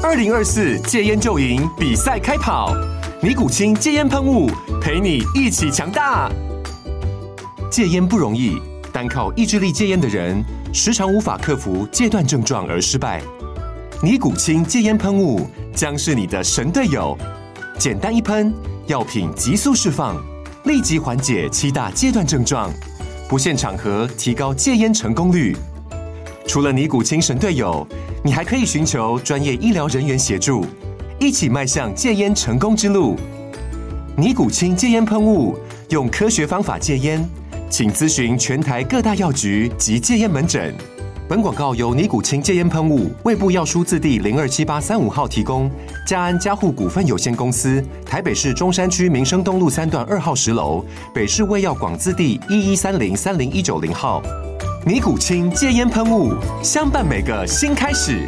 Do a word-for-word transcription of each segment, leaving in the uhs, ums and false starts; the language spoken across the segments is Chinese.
二零二四戒烟就赢比赛开跑，尼古清戒烟喷雾陪你一起强大。戒烟不容易，单靠意志力戒烟的人，时常无法克服戒断症状而失败。尼古清戒烟喷雾将是你的神队友，简单一喷，药品急速释放，立即缓解七大戒断症状，不限场合提高戒烟成功率。除了尼古清神队友，你还可以寻求专业医疗人员协助，一起迈向戒烟成功之路。尼古清戒烟喷雾，用科学方法戒烟，请咨询全台各大药局及戒烟门诊。本广告由尼古清戒烟喷雾、卫部药书字第零二七八三五号提供，嘉安嘉护股份有限公司，台北市中山区民生东路三段二号十楼，北市卫药广字第一一三零三零一九零号。尼古清戒烟喷雾，相伴每个新开始。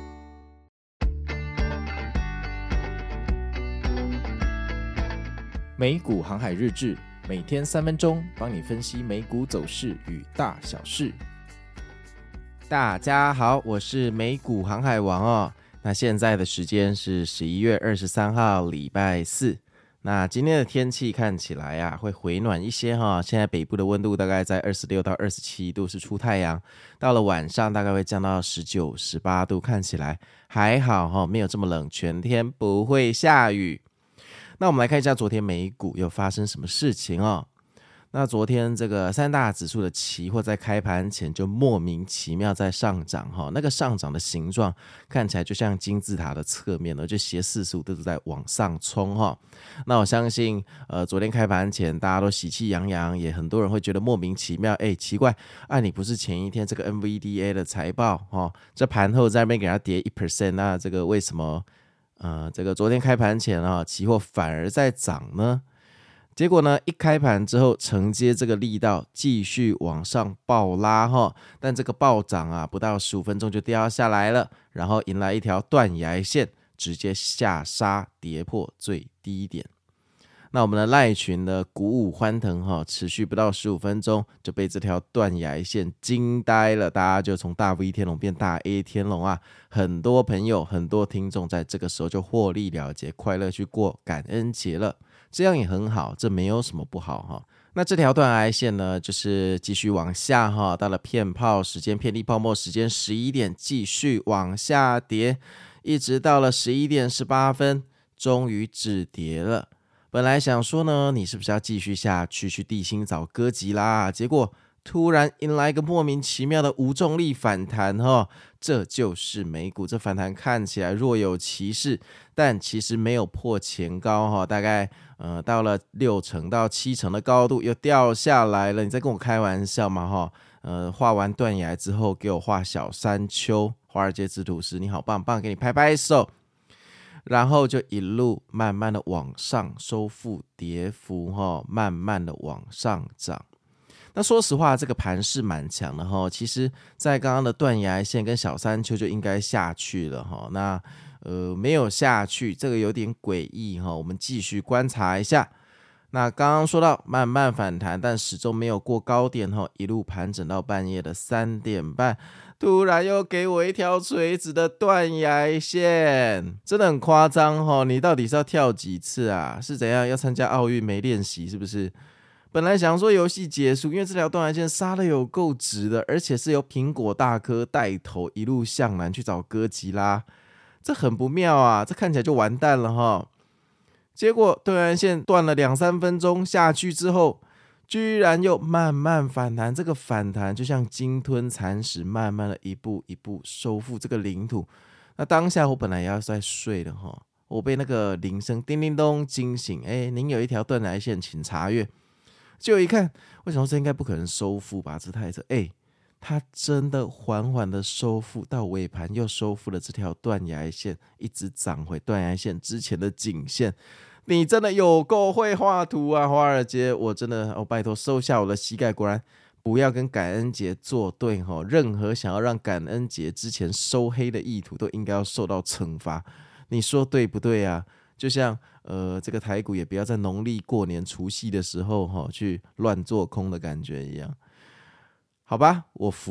美股航海日志，每天三分钟，帮你分析美股走势与大小事。大家好，我是美股航海王哦。那现在的时间是十一月二十三号，礼拜四。那今天的天气看起来啊会回暖一些哈，现在北部的温度大概在二十六到二十七度是出太阳，到了晚上大概会降到十九、十八度，看起来还好哈，没有这么冷，全天不会下雨。那我们来看一下昨天美股又发生什么事情哦。那昨天这个三大指数的期货在开盘前就莫名其妙在上涨哈，那个上涨的形状看起来就像金字塔的侧面呢，就斜四十五度在往上冲哈。那我相信呃昨天开盘前大家都喜气洋洋，也很多人会觉得莫名其妙，哎奇怪啊，你不是前一天这个 N V D A 的财报哈，这盘后在那边给它跌 百分之一， 那这个为什么呃这个昨天开盘前啊期货反而在涨呢？结果呢，一开盘之后承接这个力道继续往上暴拉哈，但这个暴涨啊不到十五分钟就掉下来了，然后迎来一条断崖线，直接下杀跌破最低点。那我们的赖群的鼓舞欢腾哈，持续不到十五分钟就被这条断崖线惊呆了，大家就从大 V 天龙变大 A 天龙啊，很多朋友很多听众在这个时候就获利了结，快乐去过感恩节了。这样也很好，这没有什么不好哈。那这条断崖线呢，就是继续往下哈，到了骗炮时间、骗利泡沫时间十一点，继续往下跌，一直到了十一点十八分，终于止跌了。本来想说呢，你是不是要继续下去去地心找歌集啦？结果突然迎来一个莫名其妙的无重力反弹哈，这就是美股，这反弹看起来若有其事，但其实没有破前高哈，大概呃到了六成到七成的高度又掉下来了。你在跟我开玩笑吗哈？呃，画完断崖之后给我画小山丘，华尔街之徒师，你好棒棒，给你拍拍手。然后就一路慢慢的往上收复跌幅哈，慢慢的往上涨。那说实话，这个盘势蛮强的哈。其实，在刚刚的断崖线跟小山丘就应该下去了哈。那呃没有下去，这个有点诡异哈。我们继续观察一下。那刚刚说到慢慢反弹，但始终没有过高点哈，一路盘整到半夜的三点半，突然又给我一条垂直的断崖线，真的很夸张哈。你到底是要跳几次啊？是怎样要参加奥运没练习是不是？本来想说游戏结束，因为这条断崖线杀的有够直的，而且是由苹果大哥带头一路向南去找哥吉拉，这很不妙啊，这看起来就完蛋了哈。结果断崖线断了两三分钟下去之后，居然又慢慢反弹，这个反弹就像鲸吞蚕食，慢慢的一步一步收复这个领土。那当下我本来也要在睡的哈，我被那个铃声叮叮咚惊醒，哎，您有一条断崖线请查阅。就一看，我想说这应该不可能收复吧，这太扯，哎，它真的缓缓的收复，到尾盘又收复了这条断崖线，一直涨回断崖线之前的颈线。你真的有够会画图啊，华尔街！我真的，我、哦、拜托收下我的膝盖，果然不要跟感恩节作对哈。任何想要让感恩节之前收黑的意图，都应该要受到惩罚。你说对不对啊？就像呃，这个台股也不要在农历过年除夕的时候哈去乱做空的感觉一样。好吧，我服了。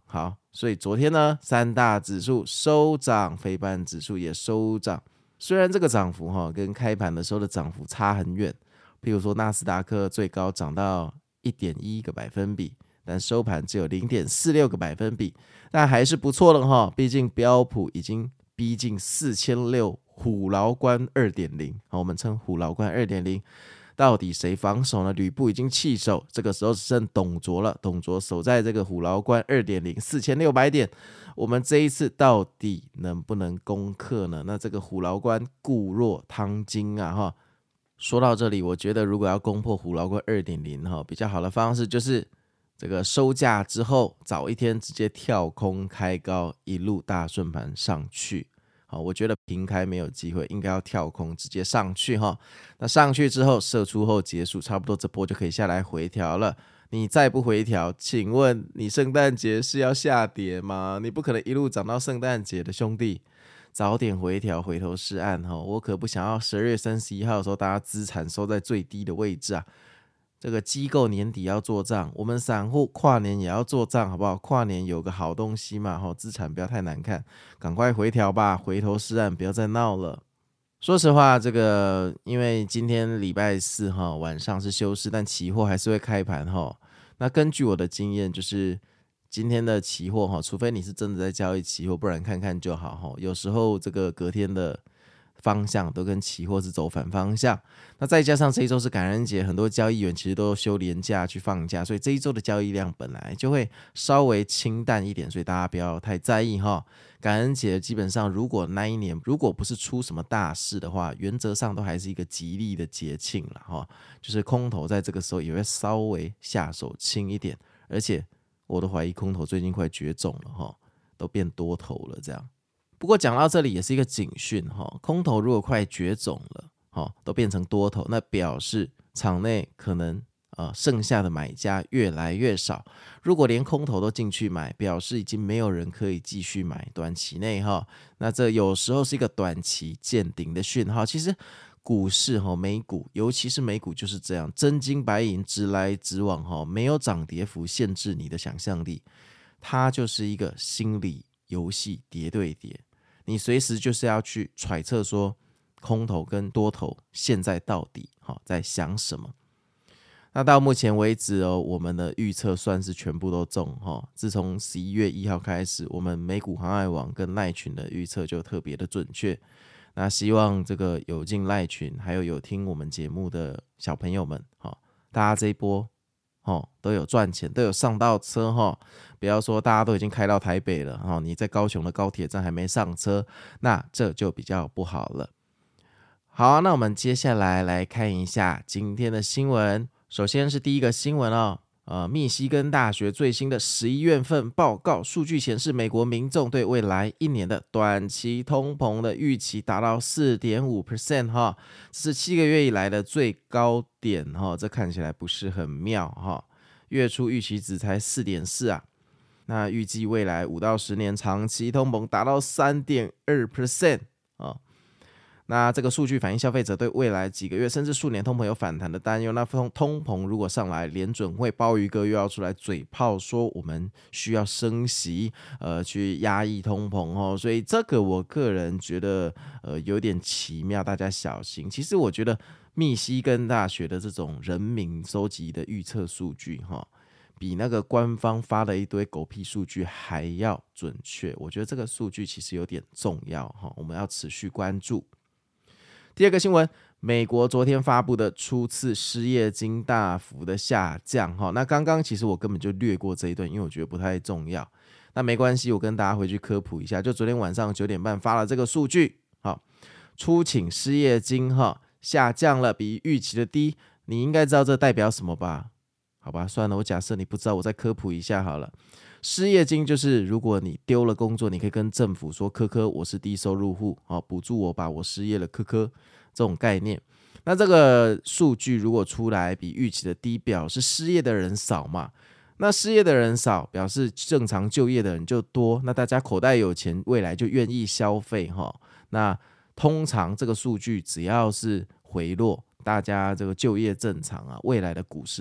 好，所以昨天呢，三大指数收涨，费半指数也收涨。虽然这个涨幅、哦、跟开盘的时候的涨幅差很远，譬如说纳斯达克最高涨到 一点一 个百分比，但收盘只有 零点四六 个百分比，但还是不错了、哦、毕竟标普已经逼近四千六百，虎牢关 二点零， 我们称虎牢关 二点零，到底谁防守呢？吕布已经弃守，这个时候只剩董卓了。董卓守在这个虎牢关 二点零 四千六百点，我们这一次到底能不能攻克呢？那这个虎牢关固若汤金啊哈。说到这里，我觉得如果要攻破虎牢关 二点零 哈，比较好的方式就是这个收假之后早一天直接跳空开高，一路大顺盘上去。好，我觉得平开没有机会，应该要跳空直接上去哈。那上去之后射出后结束，差不多这波就可以下来回调了。你再不回调，请问你圣诞节是要下跌吗？你不可能一路涨到圣诞节的，兄弟，早点回调，回头是岸哈。我可不想要十二月三十一号的时候，大家资产收在最低的位置啊。这个机构年底要做账，我们散户跨年也要做账，好不好？跨年有个好东西嘛，资产不要太难看，赶快回调吧，回头是岸，不要再闹了。说实话，这个因为今天礼拜四晚上是休市，但期货还是会开盘。那根据我的经验，就是今天的期货，除非你是真的在交易期货，不然看看就好。有时候这个隔天的方向都跟期货是走反方向，那再加上这一周是感恩节，很多交易员其实都休连假去放假，所以这一周的交易量本来就会稍微清淡一点，所以大家不要太在意哈。感恩节基本上如果那一年如果不是出什么大事的话，原则上都还是一个吉利的节庆啦哈，就是空头在这个时候也会稍微下手轻一点，而且我都怀疑空头最近快绝种了哈，都变多头了这样。不过讲到这里也是一个警讯，空头如果快绝种了，都变成多头，那表示场内可能、呃、剩下的买家越来越少。如果连空头都进去买，表示已经没有人可以继续买，短期内那这有时候是一个短期见顶的讯号。其实股市美股尤其是美股就是这样，真金白银直来直往，没有涨跌幅限制你的想象力，它就是一个心理游戏，跌对跌。你随时就是要去揣测说空头跟多头现在到底、哦、在想什么。那到目前为止、哦、我们的预测算是全部都中、哦、自从十一月一号开始，我们美股航海网跟赖群的预测就特别的准确。那希望这个有进赖群还有有听我们节目的小朋友们、哦、大家这一波哦、都有赚钱，都有上到车、哦、不要说大家都已经开到台北了、哦、你在高雄的高铁站还没上车，那这就比较不好了。好，那我们接下来来看一下今天的新闻。首先是第一个新闻哦，呃，密西根大学最新的十一月份报告数据显示，美国民众对未来一年的短期通膨的预期达到 百分之四点五、哦、这是七个月以来的最高点、哦、这看起来不是很妙、哦、月初预期值才 四点四 啊，那预计未来五到十年长期通膨达到 百分之三点二、哦，那这个数据反映消费者对未来几个月甚至数年通膨有反弹的担忧。那通膨如果上来，联准会鲍鱼哥又要出来嘴炮说我们需要升息，呃，去压抑通膨哦。所以这个我个人觉得呃有点奇妙，大家小心。其实我觉得密西根大学的这种人民收集的预测数据哈，比那个官方发的一堆狗屁数据还要准确。我觉得这个数据其实有点重要哈，我们要持续关注。第二个新闻，美国昨天发布的初次失业金大幅的下降。那刚刚其实我根本就略过这一段，因为我觉得不太重要。那没关系，我跟大家回去科普一下，就昨天晚上九点半发了这个数据，初请失业金下降了，比预期的低。你应该知道这代表什么吧？好吧，算了，我假设你不知道，我再科普一下好了。失业金就是如果你丢了工作，你可以跟政府说科科我是低收入户，补助我吧，我失业了科科，这种概念。那这个数据如果出来比预期的低，表示失业的人少嘛，那失业的人少表示正常就业的人就多，那大家口袋有钱，未来就愿意消费。那通常这个数据只要是回落，大家这个就业正常啊，未来的股市都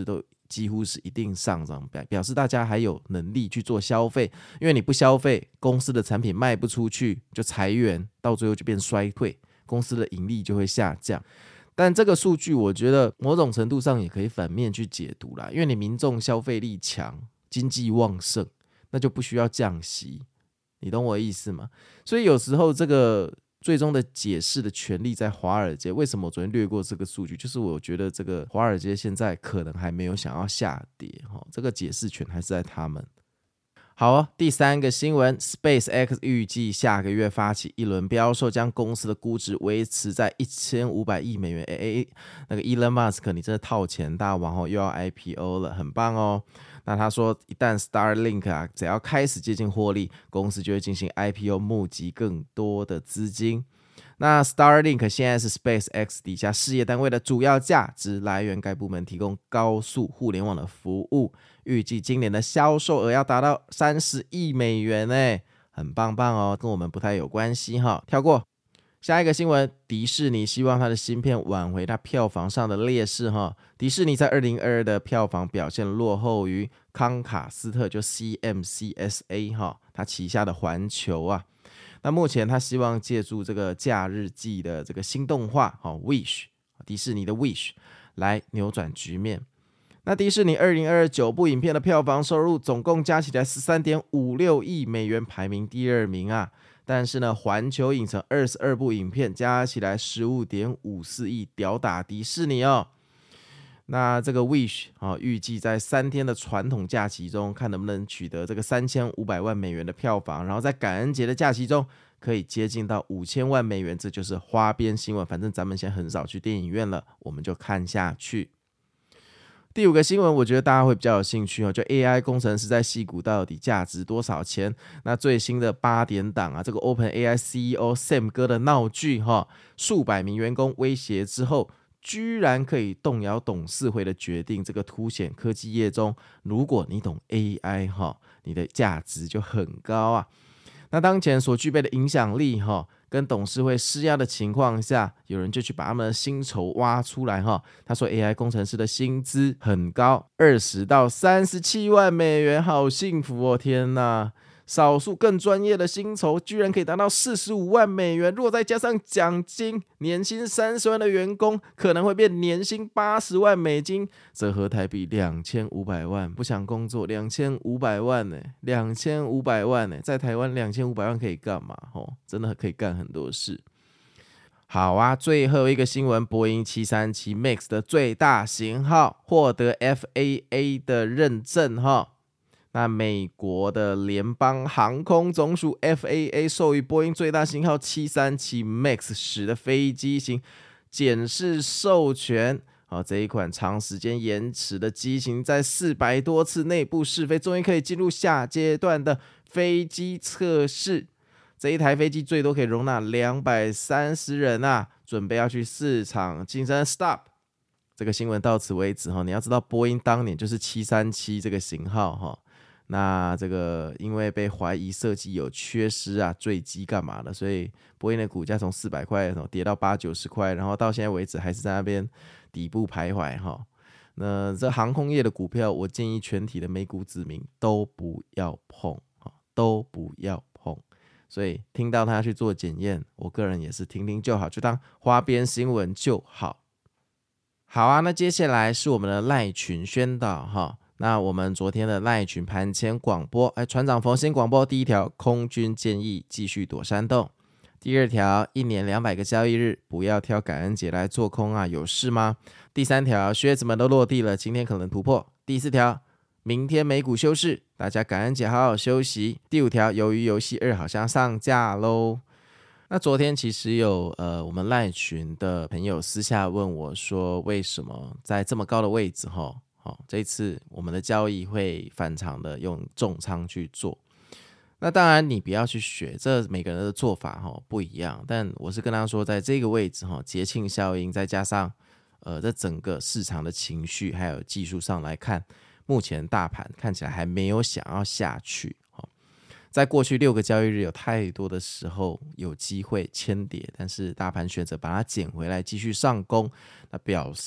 几乎是一定上涨，表示大家还有能力去做消费，因为你不消费，公司的产品卖不出去，就裁员，到最后就变衰退，公司的盈利就会下降。但这个数据我觉得某种程度上也可以反面去解读啦，因为你民众消费力强，经济旺盛，那就不需要降息，你懂我的意思吗？所以有时候这个最终的解释的权利在华尔街。为什么我昨天略过这个数据？就是我觉得这个华尔街现在可能还没有想要下跌，这个解释权还是在他们。好哦，第三个新闻 ，SpaceX 预计下个月发起一轮标售，将公司的估值维持在一千五百亿美元。诶，那个 Elon Musk 你真的套钱大王哦，又要 I P O 了，很棒哦。那他说，一旦 Starlink 啊，只要开始接近获利，公司就会进行 I P O 募集更多的资金。那 Starlink 现在是 SpaceX 底下事业单位的主要价值来源，该部门提供高速互联网的服务，预计今年的销售额要达到三十亿美元，耶，很棒棒哦，跟我们不太有关系哈，跳过。下一个新闻，迪士尼希望它的新片挽回它票房上的劣势哈。迪士尼在二零二二的票房表现落后于康卡斯特，就 C M C S A 哈，它旗下的环球啊。那目前他希望借助这个假日季的这个新动画、哦、Wish 迪士尼的 Wish 来扭转局面。那迪士尼二零二二九部影片的票房收入总共加起来 十三点五六亿美元，排名第二名啊。但是呢，环球影城二十二部影片加起来 十五点五四亿，吊打迪士尼哦。那这个 Wish 哦，预计在三天的传统假期中，看能不能取得这个三千五百万美元的票房，然后在感恩节的假期中可以接近到五千万美元，这就是花边新闻。反正咱们现在很少去电影院了，我们就看下去。第五个新闻，我觉得大家会比较有兴趣哦，就 A I 工程师在矽谷到底价值多少钱？那最新的八点档啊，这个 OpenAI C E O Sam 哥的闹剧哈，数百名员工威胁之后，居然可以动摇董事会的决定，这个凸显科技业中，如果你懂 A I 哈，你的价值就很高啊。那当前所具备的影响力哈，跟董事会施压的情况下，有人就去把他们的薪酬挖出来哈。他说 A I 工程师的薪资很高，二十到三十七万美元，好幸福哦！天哪，少数更专业的薪酬居然可以达到四十五万美元，如果再加上奖金，年薪三十万的员工可能会变年薪八十万美金，折合台币两千五百万。不想工作两千五百万呢，两千五百万呢，在台湾两千五百万可以干嘛？哦，真的可以干很多事。好啊，最后一个新闻，波音七三七 MAX 的最大型号获得 F A A 的认证哈。那美国的联邦航空总署 F A A 授予波音最大型号七三七 MAX 十的飞机型检视授权、哦、这一款长时间延迟的机型在四百多次内部试飞，终于可以进入下阶段的飞机测试。这一台飞机最多可以容纳两百三十人啊，准备要去市场竞争 Stop。这个新闻到此为止、哦、你要知道波音当年就是七三七这个型号、哦那这个因为被怀疑设计有缺失啊、坠机干嘛的，所以波音的股价从四百块跌到八九十块，然后到现在为止还是在那边底部徘徊哈。那这航空业的股票，我建议全体的美股子民都不要碰，都不要碰。所以听到他去做检验，我个人也是听听就好，就当花边新闻就好。好啊，那接下来是我们的赖群宣导哈。那我们昨天的赖群盘前广播，哎，船长佛心广播第一条，空军建议继续躲山洞。第二条，一年两百个交易日，不要挑感恩节来做空啊，有事吗？第三条，靴子们都落地了，今天可能突破。第四条，明天美股休市，大家感恩节好好休息。第五条，鱿鱼游戏二好像上架咯。那昨天其实有呃我们赖群的朋友私下问我说，为什么在这么高的位置齁？哦、这一次我们的交易会反常的用重仓去做。那当然你不要去学，这每个人的做法、哦、不一样，但我是跟他说在这个位置、哦、节庆效应再加上呃这整个市场的情绪还有技术上来看，目前大盘看起来还没有想要下去、哦、在过去六个交易日有太多的时候有机会牵跌，但是大盘选择把它捡回来继续上攻，那表示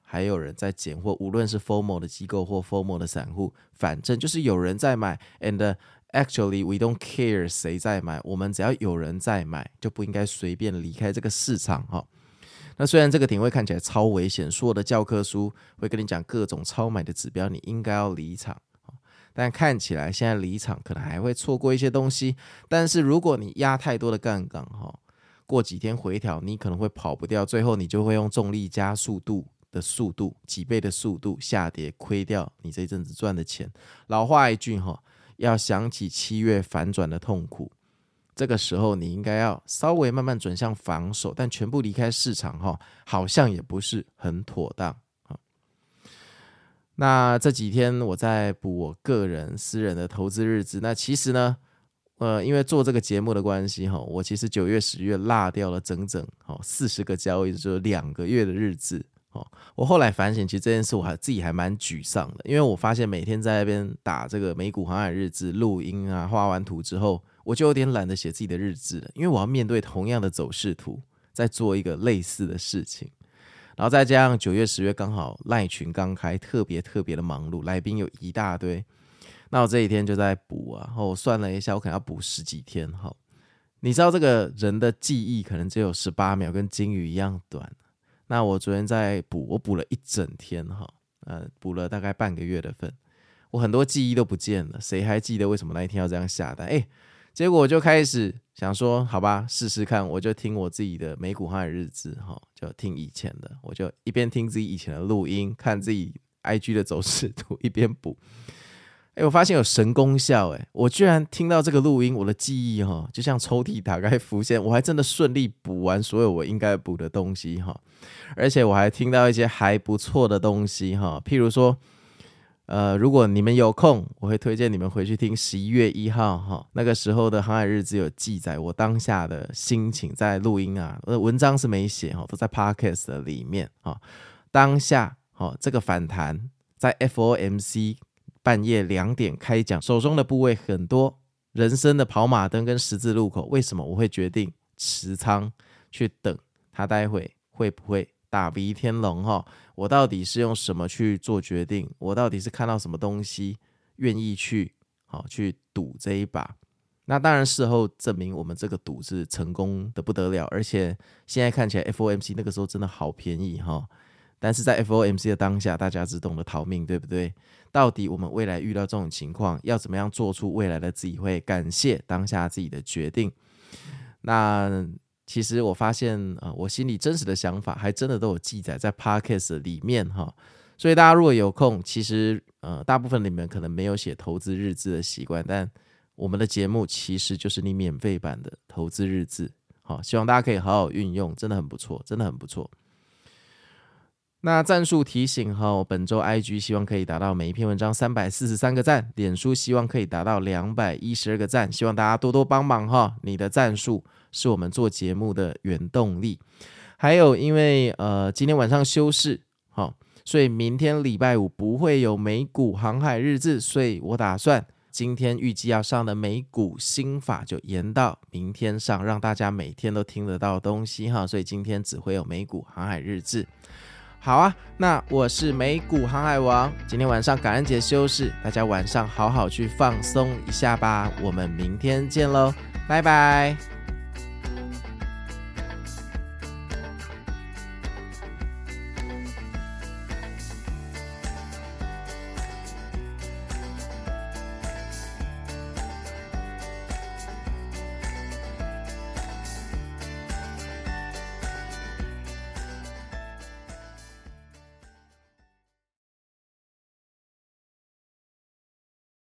还有人在捡货，无论是 F O M O 的机构或 F O M O 的散户，反正就是有人在买 and actually we don't care 谁在买，我们只要有人在买就不应该随便离开这个市场哈。那虽然这个点位看起来超危险，所有的教科书会跟你讲各种超买的指标，你应该要离场，但看起来现在离场可能还会错过一些东西。但是如果你压太多的杠杆，过几天回调你可能会跑不掉，最后你就会用重力加速度的速度几倍的速度下跌，亏掉你这一阵子赚的钱。老话一句，要想起七月反转的痛苦，这个时候你应该要稍微慢慢转向防守，但全部离开市场好像也不是很妥当。那这几天我在补我个人私人的投资日志，那其实呢呃，因为做这个节目的关系，我其实九月十月落掉了整整四十个交易日，就是两个月的日志。我后来反省，其实这件事我还自己还蛮沮丧的，因为我发现每天在那边打这个美股航海日志录音啊，画完图之后我就有点懒得写自己的日志了，因为我要面对同样的走势图，在做一个类似的事情。然后再加上九月十月刚好赖群刚开，特别特别的忙碌，来宾有一大堆，那我这几天就在补啊，我算了一下，我可能要补十几天。你知道这个人的记忆可能只有十八秒，跟金鱼一样短。那我昨天在补，我补了一整天，呃，补了大概半个月的份，我很多记忆都不见了，谁还记得为什么那一天要这样下单？哎，结果我就开始想说，好吧，试试看，我就听我自己的美股航海日志，就听以前的，我就一边听自己以前的录音，看自己 I G 的走势图，一边补。哎，我发现有神功效，哎，我居然听到这个录音，我的记忆哈，就像抽屉打开浮现，我还真的顺利补完所有我应该补的东西哈，而且我还听到一些还不错的东西哈，譬如说，呃，如果你们有空，我会推荐你们回去听十一月一号哈，那个时候的航海日志有记载我当下的心情，在录音啊，文章是没写哈，都在 Podcast 的里面哈，当下哈这个反弹在 F O M C。半夜两点开讲，手中的部位很多，人生的跑马灯跟十字路口，为什么我会决定持仓去等他待会会不会大鼻天龙？我到底是用什么去做决定？我到底是看到什么东西愿意去去赌这一把？那当然事后证明我们这个赌是成功的不得了，而且现在看起来 F O M C 那个时候真的好便宜，但是在 F O M C 的当下，大家只懂得逃命，对不对？到底我们未来遇到这种情况，要怎么样做出未来的自己会感谢当下自己的决定？那其实我发现、呃、我心里真实的想法还真的都有记载在 Podcast 里面哈。所以大家如果有空，其实、呃、大部分你们可能没有写投资日志的习惯，但我们的节目其实就是你免费版的投资日志，好，希望大家可以好好运用，真的很不错，真的很不错。那战术提醒哈，本周 I G 希望可以达到每一篇文章三百四十三个赞，脸书希望可以达到两百一十二个赞，希望大家多多帮忙哈，你的赞数是我们做节目的原动力。还有因为呃今天晚上休市哈，所以明天礼拜五不会有美股航海日志，所以我打算今天预计要上的美股心法就延到明天上，让大家每天都听得到东西哈，所以今天只会有美股航海日志。好啊，那我是美股航海王，今天晚上感恩节休市，大家晚上好好去放松一下吧，我们明天见咯，拜拜。